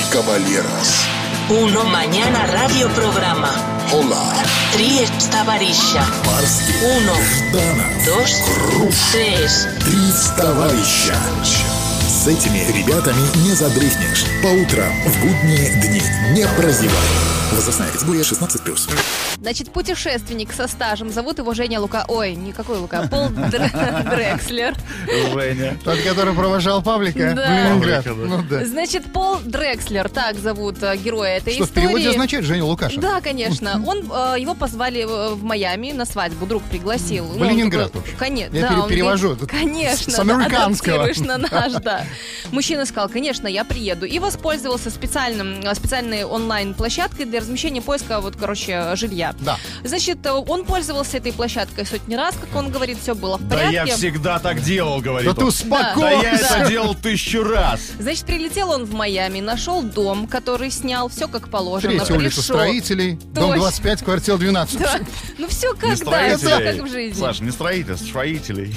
caballeros. Uno mañana radio programa. Hola. Три товарища. Барский. Uno, Жданов. dos, Руш. tres. Три товарища. С этими ребятами не задрыхнешь. По утрам в будние дни не прозевай. Возрастная категория 16+. Значит, путешественник со стажем. Зовут его Женя Лука... Ой, никакой Лука. Пол Дрекслер. Женя. Тот, который провожал Павлика Да. в Ленинград. Павлика, да. Ну да. Значит, Пол Дрекслер, так зовут героя этой Что в истории. переводе означает Женя Лукашев. Да, конечно. Его позвали в Майами на свадьбу, друг пригласил. В Ленинград, в общем. Конечно. Я да, он перевожу. говорит, конечно. С американского. Адаптируешь на наш, да. Мужчина сказал, конечно, я приеду. И воспользовался специальной онлайн-площадкой для размещения поиска, жилья. Да. Значит, он пользовался этой площадкой сотни раз, как он говорит, все было в Да порядке. я всегда так делал, говорит Да ты он. успокойся. Да я это делал 1000 раз. Значит, прилетел он в Майами, нашел дом, который снял, все как положено. Третья улица пришел. Строителей, дом Точно. 25, квартира 12. Да. Ну все Не как, да, строителей. все как в жизни. Саш, не строителей, строителей.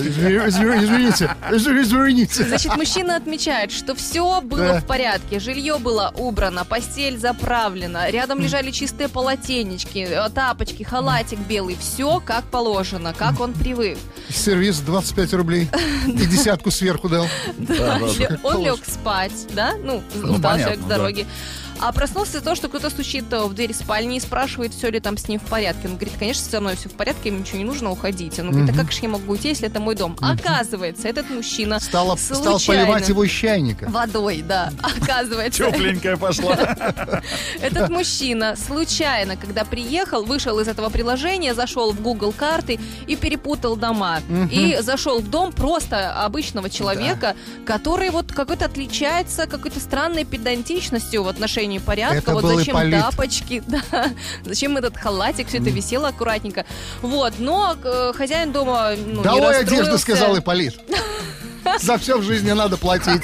Извините. Значит, мужчина отмечает, что все было Да. в порядке. Жилье было убрано, постель заправлена, рядом лежали чистые полотенечки, тапочки, халатик белый. Все как положено, как он привык. Сервис 25 рублей. И десятку сверху дал. Да. Он лег спать, да? Ну, устал понятно, человек с да. дороги. А проснулся из-за того, что кто-то стучит в дверь спальни и спрашивает, все ли там с ним в порядке. Он говорит, конечно, со мной все в порядке, мне ничего не нужно, уходить. Он говорит, а как же я могу уйти, если это мой дом? Оказывается, этот мужчина Стал случайно поливать его из чайника. водой, да. Оказывается, Тепленькая пошла. этот мужчина случайно, когда приехал, вышел из этого приложения, зашел в Google карты и перепутал дома. И зашел в дом просто обычного человека, который вот какой-то отличается какой-то странной педантичностью в отношении порядка. Это Вот был зачем Ипполит. тапочки, да, зачем этот халатик, все это висело аккуратненько. Вот, но хозяин дома не Долой одежду, расстроился. сказал Ипполит. За все в жизни надо платить.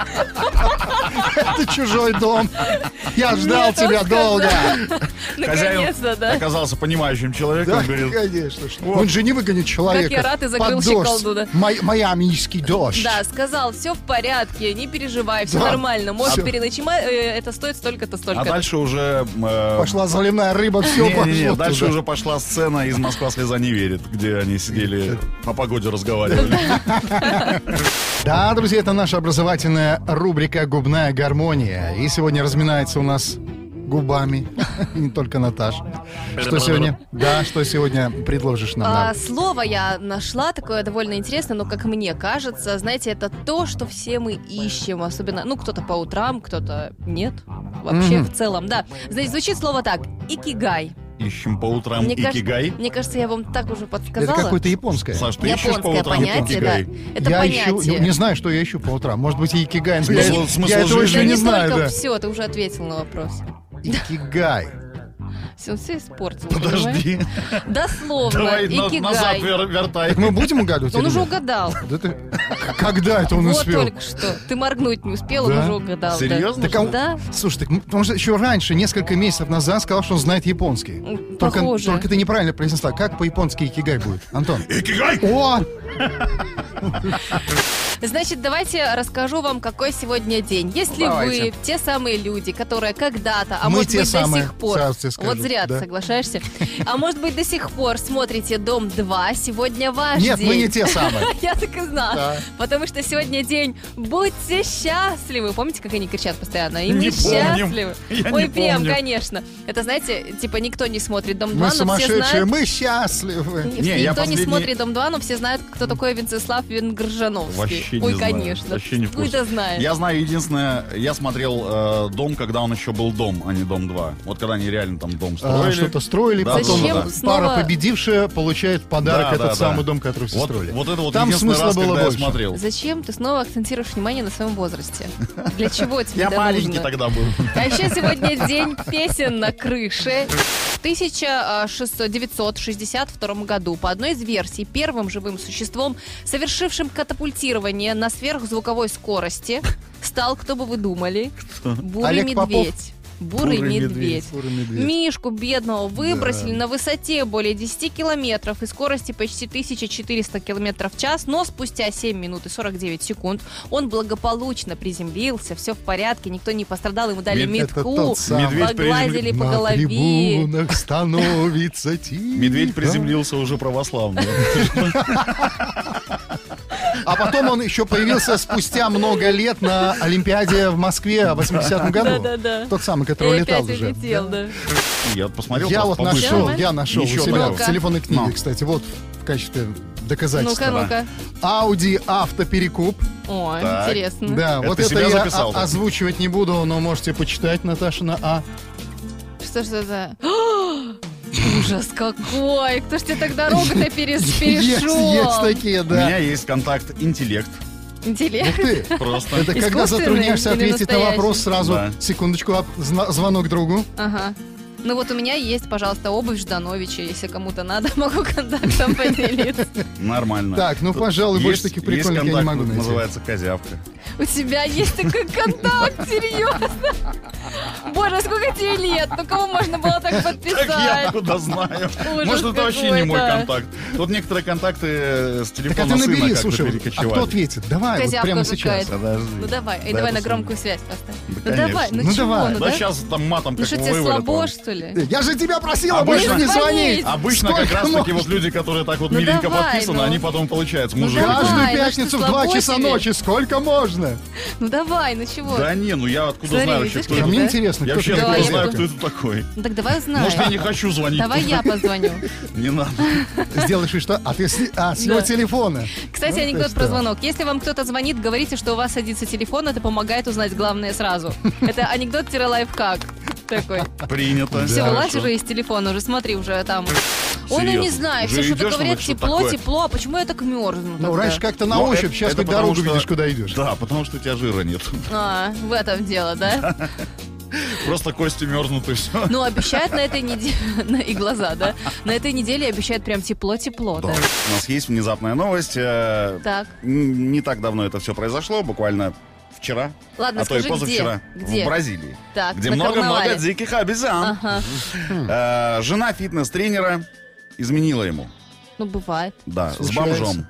Это чужой дом. Я ждал Нет, он тебя сказал. долго. Наконец-то, да. Оказался понимающим человеком, Да, говорит. конечно. Что. Он же не выгонит человека. Как я рад, и закрыл под щеколду, дождь. да. Майамийский дождь. Да, сказал, все в порядке, не переживай, все Да. нормально, можешь Всё. переночевать, это стоит столько-то, А столько-то. дальше уже... Пошла заливная рыба, все Не, пошло дальше туда. уже пошла сцена из «Москва слеза не верит», где они сидели о погоде разговаривали. Да, друзья, это наша образовательная рубрика «Губная гармония». И сегодня разминается у нас губами, и не только Наташа. Что сегодня? Да, что сегодня предложишь нам? Слово я нашла такое довольно интересное, но, как мне кажется, знаете, это то, что все мы ищем, особенно, кто-то по утрам, кто-то нет, вообще в целом, да. Значит, звучит слово так, икигай. Ищем по утрам икигай. Мне кажется, я вам так уже Это подсказала. какое-то японское. Саш, ты ищешь по Японское утрам понятие, да. икигай? Это Я понятие. ищу, не знаю, что я ищу по утрам. Может быть, и икигай. но Смысл- я смысл этого жизни. еще не не знаю, только да. все, ты уже ответил на вопрос. Икигай. Все испортил. Подожди. понимаешь? Дословно, Давай икигай. назад вертай. Мы будем угадывать? Он или уже нет? угадал. Да ты- Когда это он Вот успел? только что. Ты моргнуть не успел, он Да? уже угадал. да. Серьезно? Так, а он- Да. Слушай, так, потому что еще раньше, несколько месяцев назад, сказал, что он знает японский. Похоже. Только ты неправильно произнесла. Как по-японски икигай будет? Антон. Икигай! О! Значит, давайте расскажу вам, какой сегодня день. Если Давайте. вы те самые люди, которые когда-то, а Мы может те быть самые, до сих пор, сразу тебе скажу, вот зря да. ты соглашаешься, а может быть до сих пор смотрите «Дом-2», сегодня ваш Нет, день. мы не те самые. Я так и знала. Да. Потому что сегодня день «Будьте счастливы». Помните, как они кричат постоянно? И Не мы помним. счастливы. Я Ой, не прям, помню. конечно. Это, знаете, типа никто не смотрит «Дом-2», Мы но все сумасшедшие, знают... мы счастливы. Не, я Никто не последний- смотрит «Дом-2», но все знают, кто такой Венцеслав Венгржановский. Вообще не Ой, знаю. конечно. Вообще не в курсе. Вы-то знаете. Я знаю единственное, я смотрел «Дом», когда он еще был «Дом», а не «Дом-2». Вот когда они реально там дом строили. Что-то строили, Да, потом Зачем пара снова- победившая получает в подарок Да, этот да, самый да. дом, который все Вот, строили. вот это вот Там единственный смысла раз, было когда больше. я смотрел. Зачем ты снова акцентируешь внимание на своем возрасте? Для чего тебе Я это маленький нужно? тогда был. А еще сегодня день песен на крыше. В 1962 году, по одной из версий, первым живым существом, совершившим катапультирование на сверхзвуковой скорости, стал, кто бы вы думали, бурый Олег Попов? медведь. Бурый медведь. Бурый медведь. Мишку бедного выбросили на высоте более 10 километров и скорости почти 1400 километров в час, но спустя 7 минут и 49 секунд он благополучно приземлился, все в порядке, никто не пострадал, ему дали Это метку, тот самый. Медведь погладили по На голове. трибунах становится тихо. Медведь приземлился уже православный. А потом он еще появился спустя много лет на Олимпиаде в Москве в 80-м году. Да-да-да. Тот самый, который И летал опять уже. улетел, да. Я посмотрел. Я просто вот по-быстрому. нашел Еще у себя одного. в телефонной книге, Ну. кстати, вот в качестве доказательства. Ну-ка, ну-ка. Audi автоперекуп. О, Так. интересно. Да, Это вот ты это себя я записал, да? озвучивать не буду, но можете почитать, Наташа, на А. Что ж это? Ужас какой! Кто ж тебе так дорогу-то перешел? Есть такие, У да. меня есть контакт интеллект. Интеллект. Ух ты. Просто. Это когда Искусственный затрудняешься или ответить на настоящий? вопрос сразу. Да. Секундочку, звонок другу. Ага. Ну вот у меня есть, пожалуйста, обувь Ждановича. Если кому-то надо, могу контактом поделиться. Нормально. Так, ну, Тут пожалуй, больше таких есть прикольных я не контакт, могу найти. называется козявка. У тебя есть такой контакт, серьезно? Боже, сколько тебе лет? Ну кому можно было так Так я подписать? откуда знаю. Ужас Может, это вообще не мой какой-то. контакт. Тут некоторые контакты с Так а телефона ты сына набери, как-то слушай, а перекочевали. кто ответит? Давай, вот Козявка прямо сейчас. какая-то. Подожди. Ну давай, Дай давай на посмотрим. громкую связь поставь. Да, Ну давай, конечно. ну Ну чего, давай. ну Да да? сейчас там матом Ну как что, его тебе вывалят. слабо, что ли? Я же тебя просила Обычно- больше не звонить. Обычно Сколько как раз таки можно? вот люди, которые так вот Ну миленько давай, подписаны, ну. они потом получаются Ну мужики. давай. Каждую ну пятницу что, в 2 слабо часа тебе? ночи. Сколько можно? Ну давай, ну чего? Да не, ну я откуда Смотри, знаю видишь, вообще, кто как А это. мне да? интересно, Я кто вообще такой Давай, откуда я знаю, Козявка? кто это такой. Ну так давай узнаем. Может, я не хочу звонить. Давай я позвоню. Не надо. Сделаешь и что? А ты с его Да. телефона. Кстати, Ну, анекдот то про есть, да. звонок. Если вам кто-то звонит, говорите, что у вас садится телефон, это помогает узнать главное сразу. Это анекдот-лайфхак такой. Принято. Все, Хорошо. вылазь уже из телефона, уже смотри, уже там. Ой, ну не Серьезно. знаю, Уже все что-то идешь, говорят, думаешь, что тепло, такое? тепло, а почему я так мерзну? Ну, тогда? раньше как-то на Ну, ощупь, сейчас это хоть потому дорогу что- видишь, куда идешь. Да, потому что у тебя жира нет. А, в этом дело, да? Просто кости мерзнут и все. Ну, обещают на этой неделе, и глаза, да? На этой неделе обещают прям тепло-тепло, да. У нас есть внезапная новость. Так, Не так давно это все произошло, буквально вчера, ладно, а то и скажи, позавчера, где? в Бразилии, Так, где на много-много карнавале. диких обезьян. Ага. Жена фитнес-тренера изменила ему. Ну, бывает. Да, с Случается. бомжом.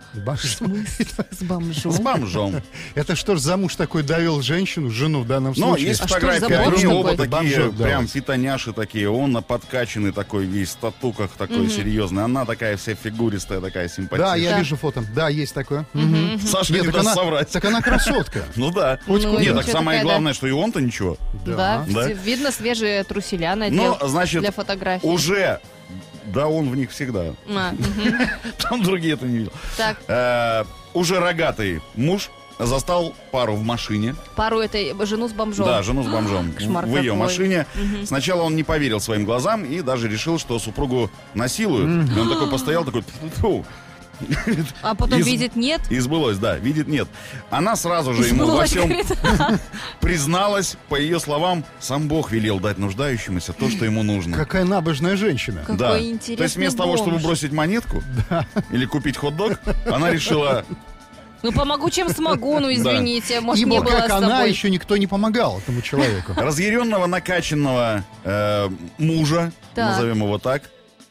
С бомжом. С бомжом. Это что ж за муж такой довел женщину, жену в данном Но случае? есть А что ж за фотографии, бомж они оба такой? такие, Бомжок, да, прям вот. фитоняши такие. Он подкачанный такой весь, в татуках такой серьезный. Она такая вся фигуристая, такая Да, симпатичная. я Да. вижу фото. Да, есть такое. Мгм. Саша Нет, не так даст она, соврать. так она красотка. Ну да. Ну, Нет, так ничего самое такая, главное, что и он-то ничего. Да, Да. видно свежие труселя надел Но, значит, для фотографий. уже... Да, он в них всегда. А, мгм. Там другие это не видел. Так, Уже рогатый муж застал пару в машине. пару этой жену с бомжом. Да, жену с бомжом. Кошмар В ее какой. машине. Сначала он не поверил своим глазам и даже решил, что супругу насилуют. И он такой постоял, такой... «Фу». А потом Из- видит, нет. И сбылось, да, видит, нет. Она сразу же ему во Сбылось, всем говорит. призналась, по ее словам, сам Бог велел дать нуждающемуся то, что ему нужно. Какая набожная женщина. Какой Да. интересный То есть вместо того, чтобы бомж. бросить монетку или купить хот-дог, она решила... Ну, помогу, чем смогу, ну, извините, может, Ибо не было как с она, собой. еще никто не помогал этому человеку. Разъяренного, накачанного мужа, Так. назовем его так,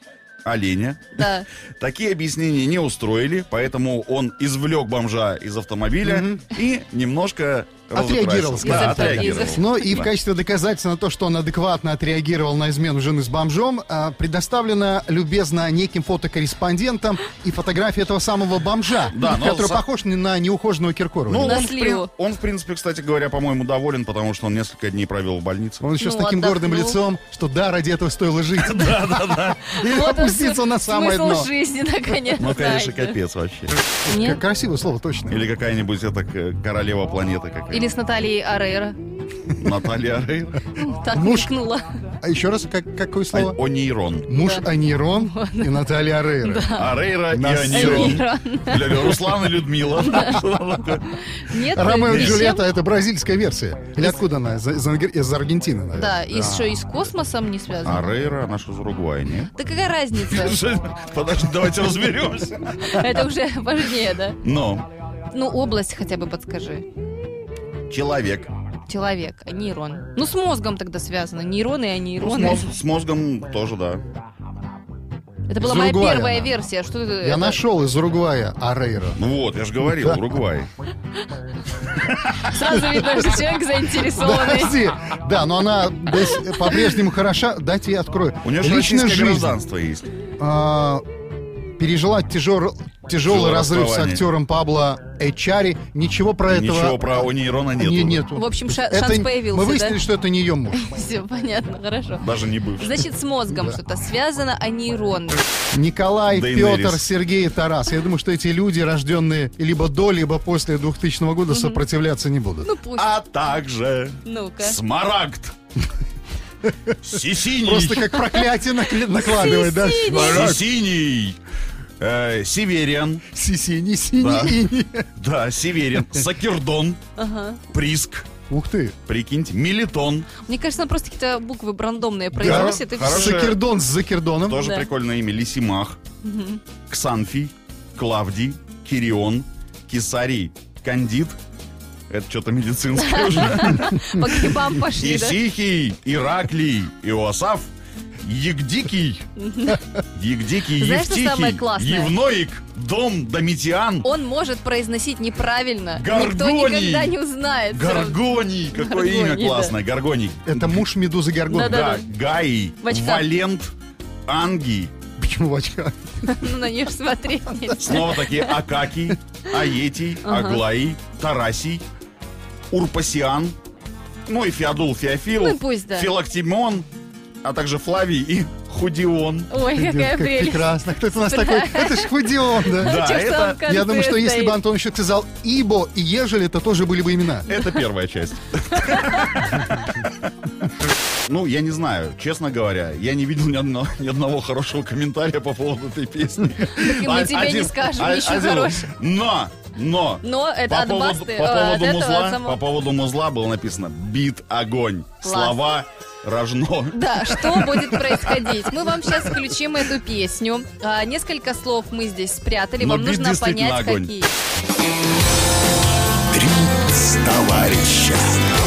оленя, Да. такие объяснения не устроили, поэтому он извлек бомжа из автомобиля и немножко Отреагировал, разукрасил. скажем Да, так. отреагировал. Ну и в Да. качестве доказательства на то, что он адекватно отреагировал на измену жены с бомжом, предоставлена любезно неким фотокорреспондентом и фотография этого самого бомжа, Да, но который похож на неухоженного Киркорова. Ну, На он, сливу. он, в принципе, кстати говоря, по-моему, доволен, потому что он несколько дней провел в больнице. Он еще с Ну, таким гордым отдохнул. лицом, что да, ради этого стоило жить. И Вот он опуститься на самое смысл дно. жизни, наконец. Ну, конечно, знаете. капец вообще. Нет? Красивое слово, точно. Или какая-нибудь эта королева планеты какая-то. Или с Натальей Арейро. Наталья Арейра. Так Муж- мелькнула. А еще раз, какое слово? Онейрон. Муж Анирон и Наталья Арейра. Арейра и Нас- Онейрон. Руслан и Людмила. Нет? Ромео и ни с Джульетта чем? это бразильская версия. Или откуда она? Из Аргентины, наверное. Да, и что, и с космосом не связано? Арейра, она же из Уругвая, нет? Да какая разница? Подожди, давайте разберемся. Это уже важнее, да? Но Ну, область хотя бы подскажи. человек человек, а нейрон. Ну, с мозгом тогда связано. Нейроны и анейроны. С мозгом тоже, да. Это была Из моя Уругвая первая она. версия. Что это? Я нашел из Уругвая Арейро. Ну вот, я же говорил, Уругвай. Сразу видно, что человек заинтересованный. Подожди. Да, но она по-прежнему хороша. Дайте я открою. У нее же Личная российское жизнь. гражданство есть. Пережила тяжелый разрыв с расставание. актером Пабло Эчари. Ничего про этого... Ничего про нейрона нету. Нету. В общем, Это шанс появился, Мы выяснили, да? что это не ее муж. Все понятно, хорошо. Даже не бывший. Значит, с мозгом что-то связано, а нейрон. Николай, Дейенерис. Петр, Сергей и Тарас. Я думаю, что эти люди, рожденные либо до, либо после 2000 года, сопротивляться не будут. Ну пусть. А также Ну-ка. Смарагд. Сисиний. Просто как проклятие накладывает, да? Сисиний. Севериан. Сиси, синий, Да. ини. Да, Севериан. Сакердон. Ага. Приск. Ух ты. Прикиньте. Мелитон. Мне кажется, она просто какие-то буквы рандомные произносит, и хорошо. все. Закердон с Закердоном. Тоже Да. прикольное имя. Лисимах. Ксанфий. Клавдий. Кирион. Кесарий. Кандид. Это что-то медицинское уже. По грибам пошли, да? Исихий. Ираклий. Иосаф. Егдикий. Егдикий. Знаешь, что самое Евтихий. классное? Евноик. Дом. Домитиан. Он может произносить неправильно. Горгоний. Никто никогда не узнает. Горгоний. Какое имя Горгоний, да. классное. Горгоний. Это муж Медузы Горгон. Да-да. Да. Гаи. В очках. Валент. Анги. Почему в очках? Ну, на нее смотреть нельзя. Снова такие Акакий, Аетий, Аглаий, Тарасий, Урпасиан, ну и Феодул Феофил, Ну и пусть, да. Филактимон, а также Флавий и Худион. Ой, какая Как прелесть. прекрасно. Кто это у нас такой? Это ж Худион, да? Да, Чё, что он в конце Я думаю, что если стоит? бы Антон еще сказал Ибо и Ежели, это тоже были бы имена. Это первая часть. Ну, я не знаю, честно говоря, я не видел ни одного хорошего комментария по поводу этой песни. и мы тебе не скажем ничего хорошего. Но Но это по от поводу, Басты, по поводу от этого, музла, от самого- по поводу музла было написано «Бит огонь». Класс. Слова рожно. Да, что будет происходить? Мы вам сейчас включим эту песню. Несколько слов мы здесь спрятали. Но Вам бит нужно действительно понять, огонь. какие. Три товарища